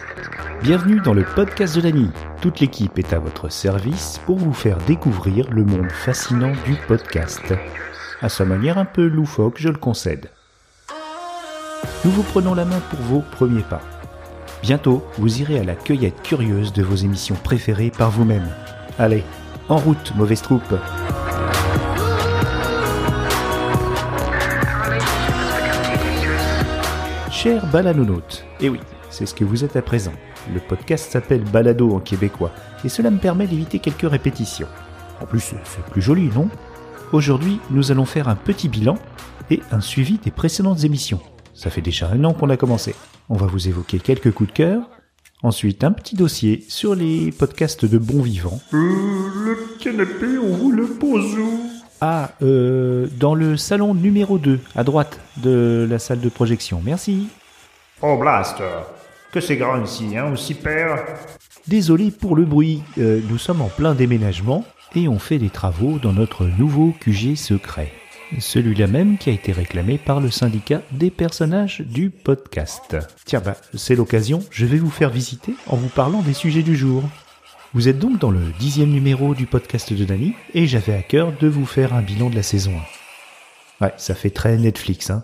Bienvenue dans le podcast de Dany. Toute l'équipe est à votre service pour vous faire découvrir le monde fascinant du podcast. À sa manière un peu loufoque, je le concède. Nous vous prenons la main pour vos premiers pas. Bientôt, vous irez à la cueillette curieuse de vos émissions préférées par vous-même. Allez, en route, mauvaise troupe. Chers balanonautes, et oui, c'est ce que vous êtes à présent. Le podcast s'appelle Balado en québécois, et cela me permet d'éviter quelques répétitions. En plus, c'est plus joli, non ? Aujourd'hui, nous allons faire un petit bilan et un suivi des précédentes émissions. Ça fait déjà 1 an qu'on a commencé. On va vous évoquer quelques coups de cœur, ensuite un petit dossier sur les podcasts de bons vivants. Le canapé, on vous le pose où ? Dans le salon numéro 2, à droite de la salle de projection. Merci. Oh Blast, que c'est grand ici, hein, aussi père. Désolé pour le bruit, nous sommes en plein déménagement et on fait des travaux dans notre nouveau QG secret. Celui-là même qui a été réclamé par le syndicat des personnages du podcast. Tiens, c'est l'occasion, je vais vous faire visiter en vous parlant des sujets du jour. Vous êtes donc dans le 10e numéro du podcast de Dany et j'avais à cœur de vous faire un bilan de la saison 1. Ouais, ça fait très Netflix, hein.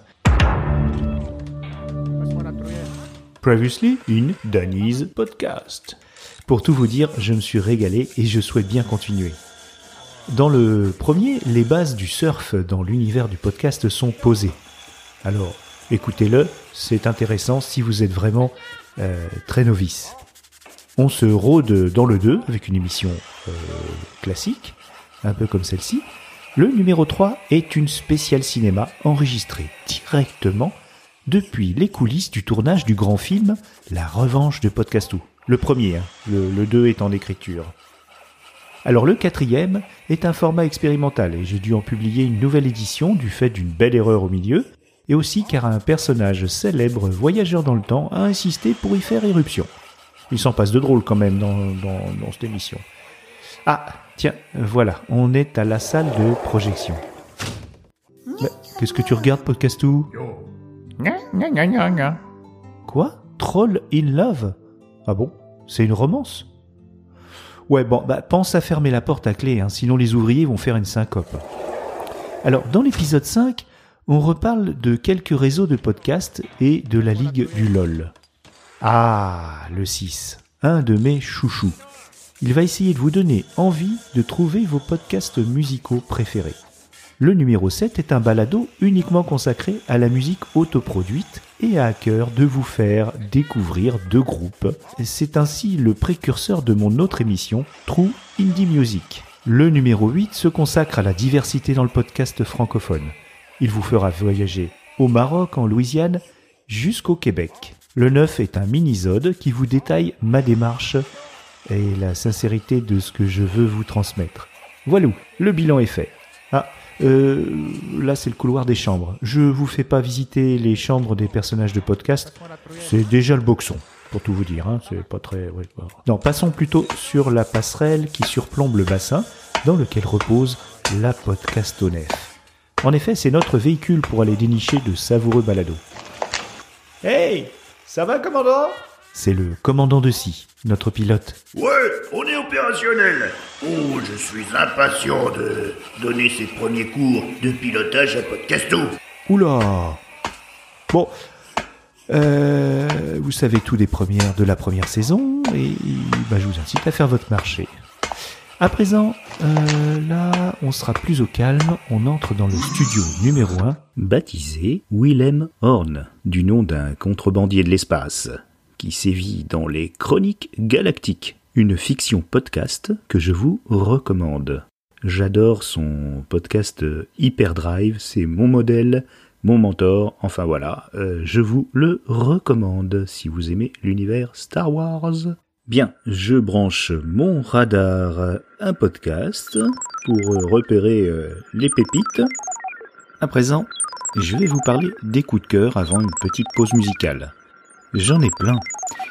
Previously in Dany's podcast. Pour tout vous dire, je me suis régalé et je souhaite bien continuer. Dans le premier, les bases du surf dans l'univers du podcast sont posées. Alors, écoutez-le, c'est intéressant si vous êtes vraiment très novice. On se rôde dans le 2 avec une émission classique, un peu comme celle-ci. Le numéro 3 est une spéciale cinéma enregistrée directement depuis les coulisses du tournage du grand film La Revanche de Podcastou. Le premier, le 2 est en écriture. Alors le 4e est un format expérimental et j'ai dû en publier une nouvelle édition du fait d'une belle erreur au milieu et aussi car un personnage célèbre voyageur dans le temps a insisté pour y faire irruption. Il s'en passe de drôle quand même dans cette émission. Ah, tiens, voilà, on est à la salle de projection. Mais, qu'est-ce que tu regardes, Podcastou ? Quoi ? Troll in Love ? Ah bon ? C'est une romance ? Ouais, bon, pense à fermer la porte à clé, hein, sinon les ouvriers vont faire une syncope. Alors, dans l'épisode 5, on reparle de quelques réseaux de podcasts et de la Ligue du LOL. Ah, le 6, un de mes chouchous. Il va essayer de vous donner envie de trouver vos podcasts musicaux préférés. Le numéro 7 est un balado uniquement consacré à la musique autoproduite et a à cœur de vous faire découvrir 2 groupes. C'est ainsi le précurseur de mon autre émission, True Indie Music. Le numéro 8 se consacre à la diversité dans le podcast francophone. Il vous fera voyager au Maroc, en Louisiane, jusqu'au Québec. Le 9 est un mini-sode qui vous détaille ma démarche et la sincérité de ce que je veux vous transmettre. Voilà, le bilan est fait. Là c'est le couloir des chambres. Je vous fais pas visiter les chambres des personnages de podcast, c'est déjà le boxon, pour tout vous dire, hein. C'est pas très... Ouais. Non, passons plutôt sur la passerelle qui surplombe le bassin, dans lequel repose la podcastonef. En effet, c'est notre véhicule pour aller dénicher de savoureux balados. Hey, ça va, commandant ? C'est le commandant de scie, notre pilote. Ouais, on est opérationnel. Oh, je suis impatient de donner ces premiers cours de pilotage à Podcastou. Oula ! Bon, vous savez tout de la première saison, et je vous incite à faire votre marché. À présent, là, on sera plus au calme, on entre dans le studio numéro 1, baptisé Willem Horn, du nom d'un contrebandier de l'espace, qui sévit dans les Chroniques Galactiques, une fiction podcast que je vous recommande. J'adore son podcast Hyperdrive, c'est mon modèle, mon mentor, enfin voilà, je vous le recommande si vous aimez l'univers Star Wars. Bien, je branche mon radar un podcast pour repérer les pépites. À présent, je vais vous parler des coups de cœur avant une petite pause musicale. J'en ai plein.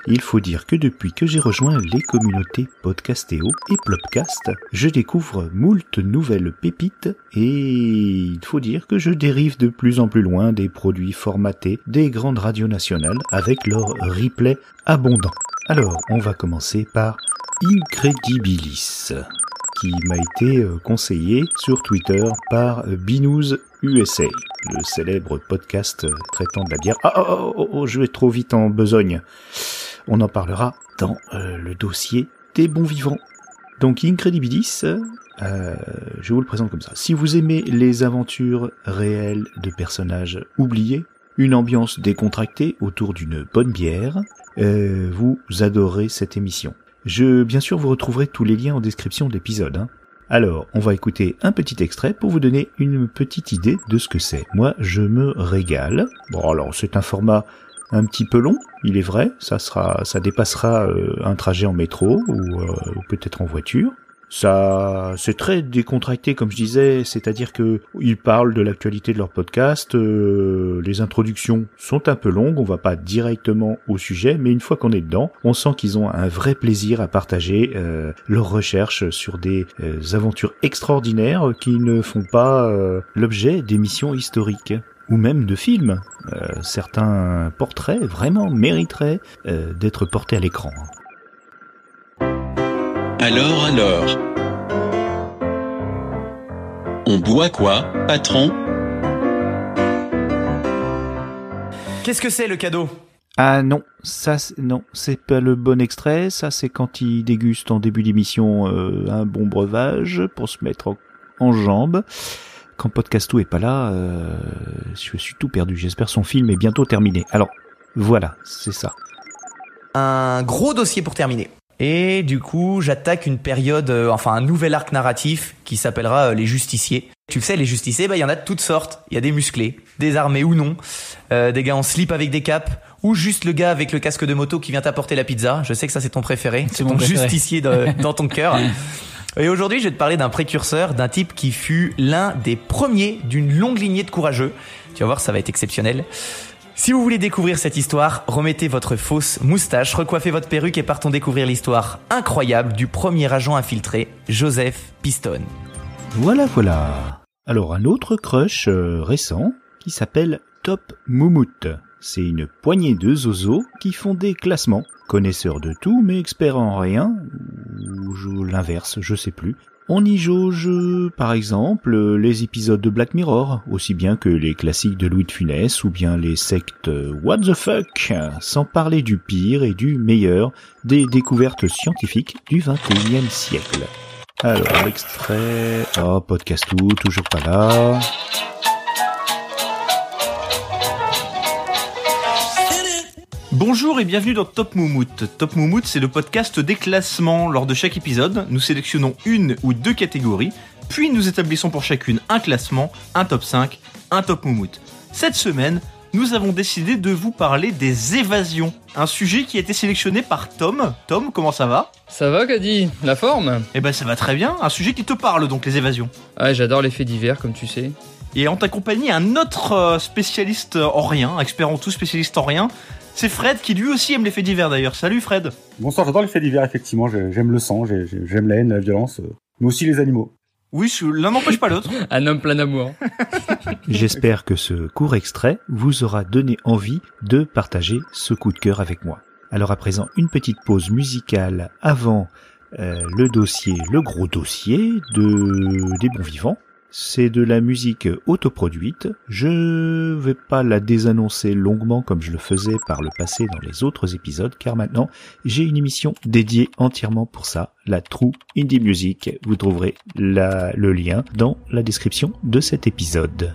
Il faut dire que depuis que j'ai rejoint les communautés Podcastéo et Plopcast, je découvre moult nouvelles pépites et il faut dire que je dérive de plus en plus loin des produits formatés des grandes radios nationales avec leur replay abondant. Alors, on va commencer par Incredibilis, qui m'a été conseillé sur Twitter par Binous USA, le célèbre podcast traitant de la bière. Je vais trop vite en besogne. On en parlera dans le dossier des bons vivants. Donc Incredibilis, je vous le présente comme ça. Si vous aimez les aventures réelles de personnages oubliés, une ambiance décontractée autour d'une bonne bière, vous adorez cette émission. Bien sûr, vous retrouverez tous les liens en description de l'épisode. Alors, on va écouter un petit extrait pour vous donner une petite idée de ce que c'est. Moi, je me régale. Bon, alors, c'est un format un petit peu long, il est vrai. Ça dépassera un trajet en métro ou peut-être en voiture. Ça, c'est très décontracté, comme je disais, c'est-à-dire que ils parlent de l'actualité de leur podcast, les introductions sont un peu longues, on va pas directement au sujet, mais une fois qu'on est dedans, on sent qu'ils ont un vrai plaisir à partager leurs recherches sur des aventures extraordinaires qui ne font pas l'objet d'émissions historiques ou même de films. Certains portraits vraiment mériteraient d'être portés à l'écran. Alors, on boit quoi, patron? Qu'est-ce que c'est le cadeau? Ah non, non, c'est pas le bon extrait. Ça, c'est quand il déguste en début d'émission un bon breuvage pour se mettre en jambes. Quand Podcastou est pas là, je suis tout perdu. J'espère son film est bientôt terminé. Alors, voilà, c'est ça. Un gros dossier pour terminer. Et du coup, j'attaque une période, un nouvel arc narratif qui s'appellera les justiciers. Tu le sais, les justiciers, il y en a de toutes sortes. Il y a des musclés, des armés ou non, des gars en slip avec des capes, ou juste le gars avec le casque de moto qui vient t'apporter la pizza. Je sais que ça, c'est ton préféré. C'est ton préféré. Justicier dans ton cœur. Et aujourd'hui, je vais te parler d'un précurseur, d'un type qui fut l'un des premiers d'une longue lignée de courageux. Tu vas voir, ça va être exceptionnel. Si vous voulez découvrir cette histoire, remettez votre fausse moustache, recoiffez votre perruque et partons découvrir l'histoire incroyable du premier agent infiltré, Joseph Piston. Voilà. Alors un autre crush récent qui s'appelle Top Moumout. C'est une poignée de zozos qui font des classements, connaisseurs de tout mais experts en rien, ou l'inverse, je sais plus. On y jauge, par exemple, les épisodes de Black Mirror, aussi bien que les classiques de Louis de Funès, ou bien les sectes What the fuck, sans parler du pire et du meilleur des découvertes scientifiques du XXIe siècle. Alors, l'extrait... Oh, Podcastou, toujours pas là... Bonjour et bienvenue dans Top Moumout. Top Moumout, c'est le podcast des classements. Lors de chaque épisode, nous sélectionnons une ou deux catégories, puis nous établissons pour chacune un classement, un top 5, un top Moumout. Cette semaine, nous avons décidé de vous parler des évasions, un sujet qui a été sélectionné par Tom. Tom, comment ça va ? Ça va, Caddy ? La forme ? Eh ben ça va très bien, un sujet qui te parle donc, les évasions. Ouais, j'adore les faits divers, comme tu sais. Et en t'accompagne un autre spécialiste en rien, expert en tout, spécialiste en rien. C'est Fred qui lui aussi aime les faits divers d'ailleurs. Salut Fred. Bonsoir, j'adore les faits divers effectivement, j'aime le sang, j'aime la haine, la violence, mais aussi les animaux. Oui, l'un n'empêche pas l'autre. Un homme plein d'amour. J'espère que ce court extrait vous aura donné envie de partager ce coup de cœur avec moi. Alors à présent, une petite pause musicale avant le gros dossier des bons vivants. C'est de la musique autoproduite. Je vais pas la désannoncer longuement comme je le faisais par le passé dans les autres épisodes, car maintenant j'ai une émission dédiée entièrement pour ça, la True Indie Music. Vous trouverez le lien dans la description de cet épisode.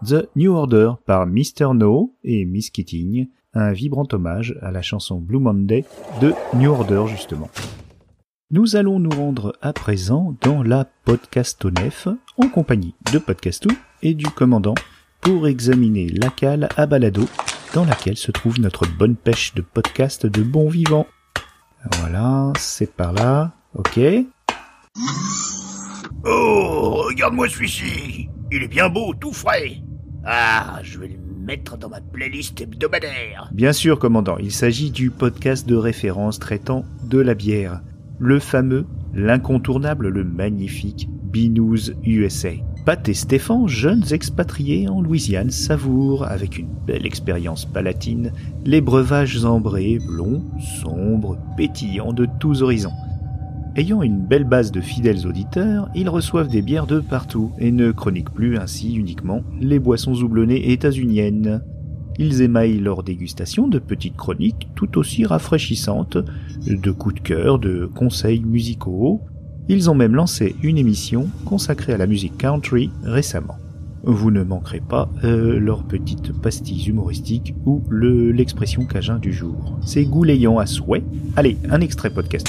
The New Order par Mr. No et Miss Keating, un vibrant hommage à la chanson Blue Monday de New Order justement. Nous allons nous rendre à présent dans la Podcastonef en compagnie de Podcastou et du commandant pour examiner la cale à balado dans laquelle se trouve notre bonne pêche de podcast de bons vivants. Voilà, c'est par là, ok. Oh, regarde-moi celui-ci. Il est bien beau, tout frais. Ah, je vais le mettre dans ma playlist hebdomadaire. Bien sûr, commandant, il s'agit du podcast de référence traitant de la bière. Le fameux, l'incontournable, le magnifique Binous USA. Pat et Stéphane, jeunes expatriés en Louisiane, savourent, avec une belle expérience palatine, les breuvages ambrés, blonds, sombres, pétillants de tous horizons. Ayant une belle base de fidèles auditeurs, ils reçoivent des bières de partout et ne chroniquent plus ainsi uniquement les boissons houblonnées états-uniennes. Ils émaillent leur dégustation de petites chroniques tout aussi rafraîchissantes, de coups de cœur, de conseils musicaux. Ils ont même lancé une émission consacrée à la musique country récemment. Vous ne manquerez pas leurs petites pastilles humoristiques ou l'expression cajun du jour. C'est goulayant à souhait. Allez, un extrait podcast.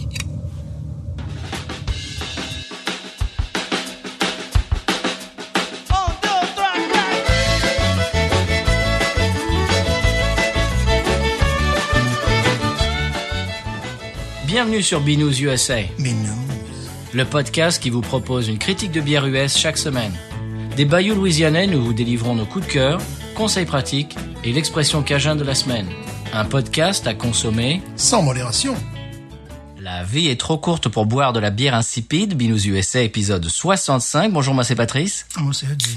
Bienvenue sur Binous USA, le podcast qui vous propose une critique de bière US chaque semaine. Des bayous louisianais, nous vous délivrons nos coups de cœur, conseils pratiques et l'expression cajun de la semaine. Un podcast à consommer sans modération. La vie est trop courte pour boire de la bière insipide. Binous USA, épisode 65. Bonjour, moi c'est Patrice. Moi c'est Hadji.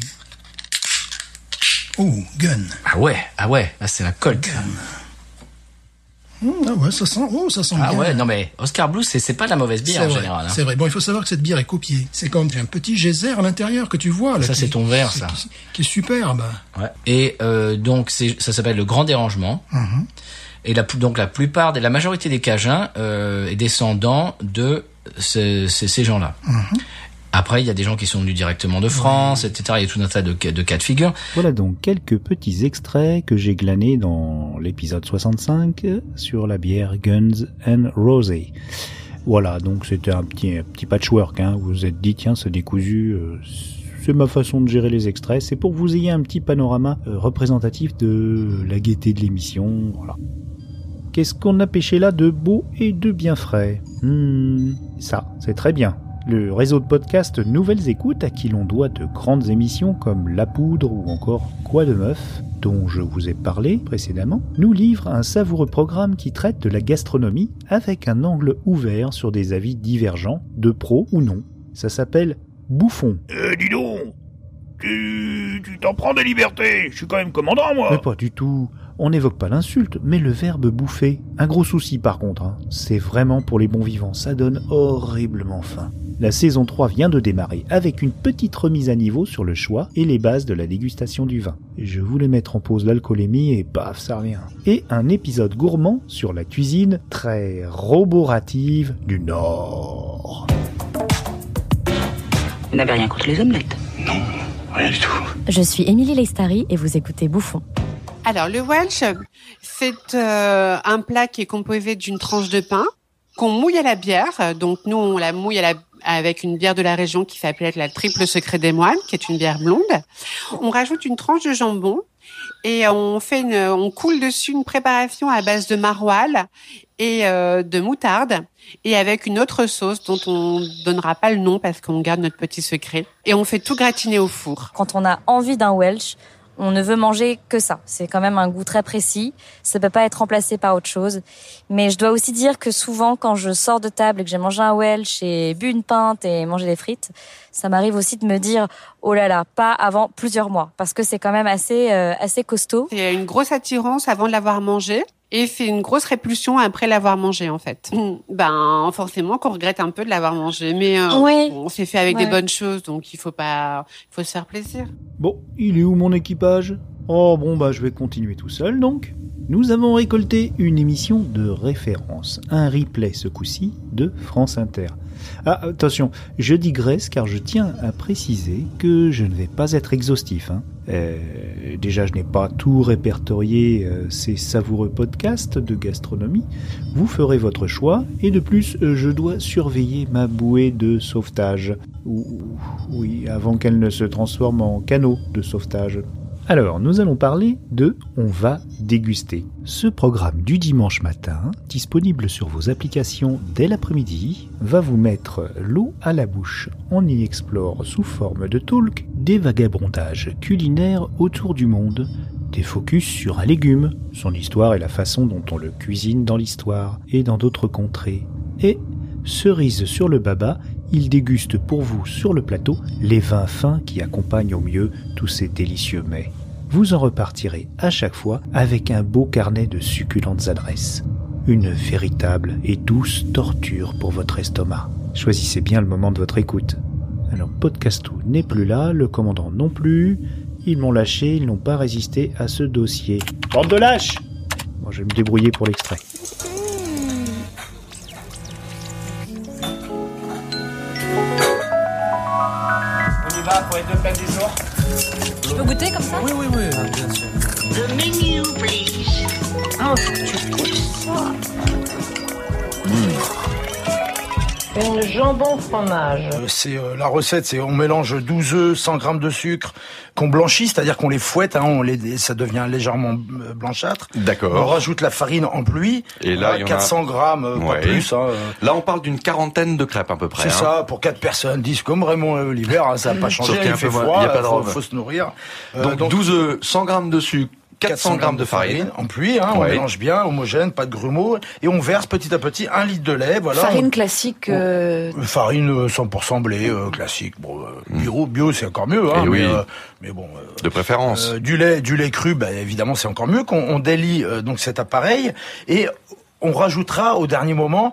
Oh, gun. Ah ouais, là c'est la Colt. Gun. Ah ouais, ça sent bien. Ah ouais, non mais Oscar Blue, c'est pas de la mauvaise bière en général. Hein. C'est vrai. Bon, il faut savoir que cette bière est copiée. C'est comme un petit geyser à l'intérieur que tu vois là. Ça c'est ton verre, ça. Qui est superbe. Ouais. Et donc ça s'appelle le Grand Dérangement. Mm-hmm. Et la plupart, la majorité des Cajuns est descendant de ces gens-là. Mm-hmm. Après, il y a des gens qui sont venus directement de France, etc. Il y a tout un tas de cas de figure. Voilà donc quelques petits extraits que j'ai glanés dans l'épisode 65 sur la bière Guns N' Roses. Voilà, donc c'était un petit patchwork. Hein. Vous vous êtes dit, tiens, c'est décousu. C'est ma façon de gérer les extraits. C'est pour que vous ayez un petit panorama représentatif de la gaieté de l'émission. Voilà. Qu'est-ce qu'on a pêché là de beau et de bien frais ? Ça, c'est très bien. Le réseau de podcasts Nouvelles Écoutes, à qui l'on doit de grandes émissions comme La Poudre ou encore Quoi de Meuf, dont je vous ai parlé précédemment, nous livre un savoureux programme qui traite de la gastronomie avec un angle ouvert sur des avis divergents, de pro ou non. Ça s'appelle Bouffon. Dis donc, tu t'en prends des libertés, je suis quand même commandant moi. Mais pas du tout. On n'évoque pas l'insulte, mais le verbe bouffer. Un gros souci par contre, hein. C'est vraiment pour les bons vivants, ça donne horriblement faim. La saison 3 vient de démarrer avec une petite remise à niveau sur le choix et les bases de la dégustation du vin. Je voulais mettre en pause l'alcoolémie et paf, ça revient. Et un épisode gourmand sur la cuisine très roborative du Nord. Vous n'avez rien contre les omelettes? Non, rien du tout. Je suis Émilie Leistari et vous écoutez Bouffon. Alors, le Welsh, c'est un plat qui est composé d'une tranche de pain qu'on mouille à la bière. Donc, nous, on la mouille avec une bière de la région qui s'appelle la Triple Secret des Moines, qui est une bière blonde. On rajoute une tranche de jambon et on coule dessus une préparation à base de maroilles et de moutarde et avec une autre sauce dont on donnera pas le nom parce qu'on garde notre petit secret. Et on fait tout gratiner au four. Quand on a envie d'un Welsh, on ne veut manger que ça. C'est quand même un goût très précis. Ça peut pas être remplacé par autre chose. Mais je dois aussi dire que souvent, quand je sors de table et que j'ai mangé un Welsh et bu une pinte et mangé des frites, ça m'arrive aussi de me dire, oh là là, pas avant plusieurs mois. Parce que c'est quand même assez costaud. Il y a une grosse attirance avant de l'avoir mangé. Et c'est une grosse répulsion après l'avoir mangé, en fait. Ben, forcément qu'on regrette un peu de l'avoir mangé. Mais on s'est fait avec des bonnes choses, donc il faut se faire plaisir. Bon, il est où mon équipage ? Oh bon, bah je vais continuer tout seul, donc. Nous avons récolté une émission de référence, un replay ce coup-ci de France Inter. Ah, attention, je digresse car je tiens à préciser que je ne vais pas être exhaustif. Déjà, je n'ai pas tout répertorié ces savoureux podcasts de gastronomie. Vous ferez votre choix et de plus, je dois surveiller ma bouée de sauvetage. Oui, avant qu'elle ne se transforme en canot de sauvetage. Alors, nous allons parler de On va déguster. Ce programme du dimanche matin, disponible sur vos applications dès l'après-midi, va vous mettre l'eau à la bouche. On y explore sous forme de talk des vagabondages culinaires autour du monde, des focus sur un légume, son histoire et la façon dont on le cuisine dans l'histoire et dans d'autres contrées. Et, cerise sur le baba, il déguste pour vous sur le plateau les vins fins qui accompagnent au mieux tous ces délicieux mets. Vous en repartirez à chaque fois avec un beau carnet de succulentes adresses. Une véritable et douce torture pour votre estomac. Choisissez bien le moment de votre écoute. Alors Podcastou n'est plus là, le commandant non plus. Ils m'ont lâché, ils n'ont pas résisté à ce dossier. Bande de lâches! Bon, je vais me débrouiller pour l'extrait. Pour les 2 plats du jour. Je peux goûter comme ça? Oui, bien sûr. The menu, please. Oh, tu goûtes ça. Une jambon fromage. La recette, c'est on mélange 12 œufs, 100 grammes de sucre qu'on blanchit, c'est-à-dire qu'on les fouette, ça devient légèrement blanchâtre. D'accord. On rajoute la farine en pluie. Et là, 400 grammes, pas plus. Là, on parle d'une quarantaine de crêpes à peu près. C'est ça, pour 4 personnes, 10 comme Raymond l'hiver, ça n'a pas changé. Il fait froid, il faut se nourrir. Donc 12 œufs, 100 grammes de sucre, 400 grammes de farine en pluie, on mélange bien, homogène, pas de grumeaux, et on verse petit à petit 1 litre de lait. Voilà. Farine classique. Farine 100% blé, classique. Bon, bio, c'est encore mieux, mais bon. De préférence. Du lait cru, évidemment, c'est encore mieux. Qu'on délie donc cet appareil et on rajoutera au dernier moment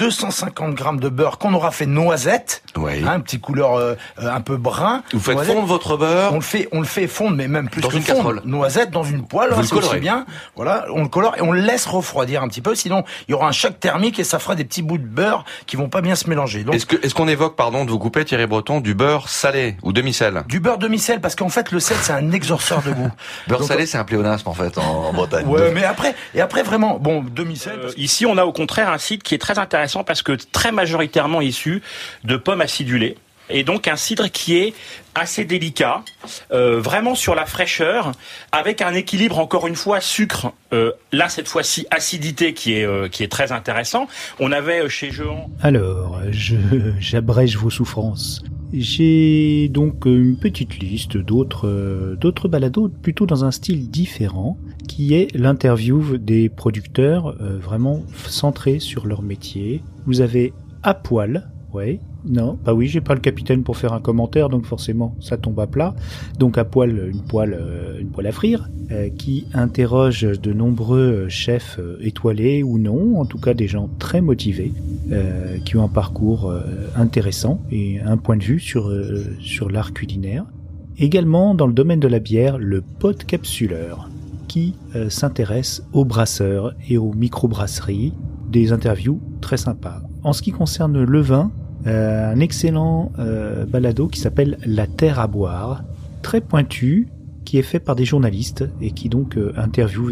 250 grammes de beurre qu'on aura fait noisette, un petit couleur un peu brun. Vous faites fondre votre beurre. On le fait fondre, mais même plus dans que une fondre. casserole. Noisette dans une poêle, c'est aussi bien. Voilà, on le colore et on le laisse refroidir un petit peu, sinon il y aura un choc thermique et ça fera des petits bouts de beurre qui vont pas bien se mélanger. Donc, est-ce qu'on évoque, pardon de vous couper Thierry Breton, du beurre salé ou demi-sel? Du beurre demi-sel, parce qu'en fait le sel c'est un exorceur de goût. Beurre salé, c'est un pléonasme en fait en Bretagne. Ouais, mais après vraiment, bon, demi-sel. Ici on a au contraire un site qui est très intéressant parce que très majoritairement issu de pommes acidulées. Et donc un cidre qui est assez délicat, vraiment sur la fraîcheur, avec un équilibre encore une fois sucre. Là cette fois-ci acidité qui est très intéressant. On avait chez Jehan. Alors, j'abrège vos souffrances. J'ai donc une petite liste d'autres balados plutôt dans un style différent, qui est l'interview des producteurs vraiment centrés sur leur métier. Vous avez À Poil, non, j'ai pas le capitaine pour faire un commentaire, donc forcément ça tombe à plat. Donc À Poil, une poêle à frire, qui interroge de nombreux chefs étoilés ou non, en tout cas des gens très motivés, qui ont un parcours intéressant et un point de vue sur l'art culinaire. Également dans le domaine de la bière, le Podcapsuleur, qui s'intéresse aux brasseurs et aux microbrasseries, des interviews très sympas. En ce qui concerne le vin, un excellent balado qui s'appelle La Terre à boire, très pointu, qui est fait par des journalistes et qui donc interviewent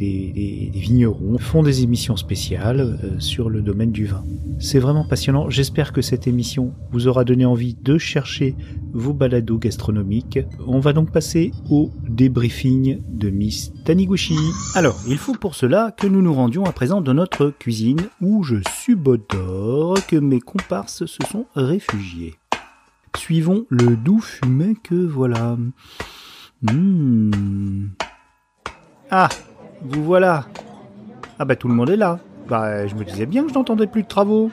des vignerons, font des émissions spéciales sur le domaine du vin. C'est vraiment passionnant. J'espère que cette émission vous aura donné envie de chercher vos balados gastronomiques. On va donc passer au débriefing de Miss Taniguchi. Alors, il faut pour cela que nous nous rendions à présent dans notre cuisine où je subodore que mes comparses se sont réfugiés. Suivons le doux fumet que voilà. Ah, vous voilà. Ah tout le monde est là. Je me disais bien que je n'entendais plus de travaux.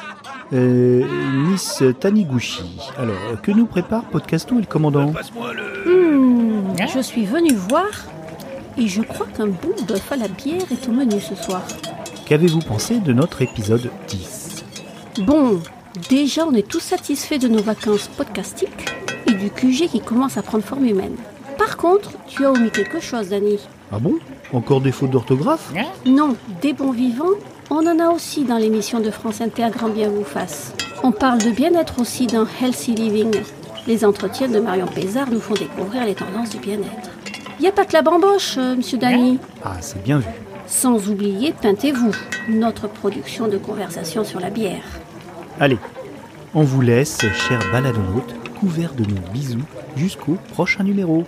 Miss Taniguchi. Alors, que nous prépare Podcastou et le commandant? Je suis venu voir et je crois qu'un bon bœuf à la bière est au menu ce soir. Qu'avez-vous pensé de notre épisode 10? Bon, déjà on est tous satisfaits de nos vacances podcastiques et du QG qui commence à prendre forme humaine. Par contre, tu as omis quelque chose, Danny. Ah bon? Encore des fautes d'orthographe? Non, des bons vivants, on en a aussi dans l'émission de France Inter Grand Bien vous fasse. On parle de bien-être aussi dans Healthy Living. Les entretiens de Marion Pézard nous font découvrir les tendances du bien-être. Il n'y a pas que la bamboche, monsieur Danny. Ah, c'est bien vu. Sans oublier Peintez-vous, notre production de conversation sur la bière. Allez, on vous laisse, chers baladonautes, couverts de nos bisous, jusqu'au prochain numéro.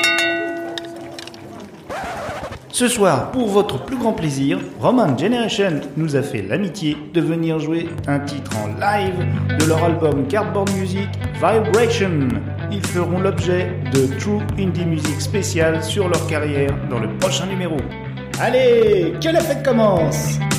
Ce soir, pour votre plus grand plaisir, Roman Generation nous a fait l'amitié de venir jouer un titre en live de leur album Cardboard Music Vibration. Ils feront l'objet de True Indie Music spécial sur leur carrière dans le prochain numéro. Allez, que la fête commence!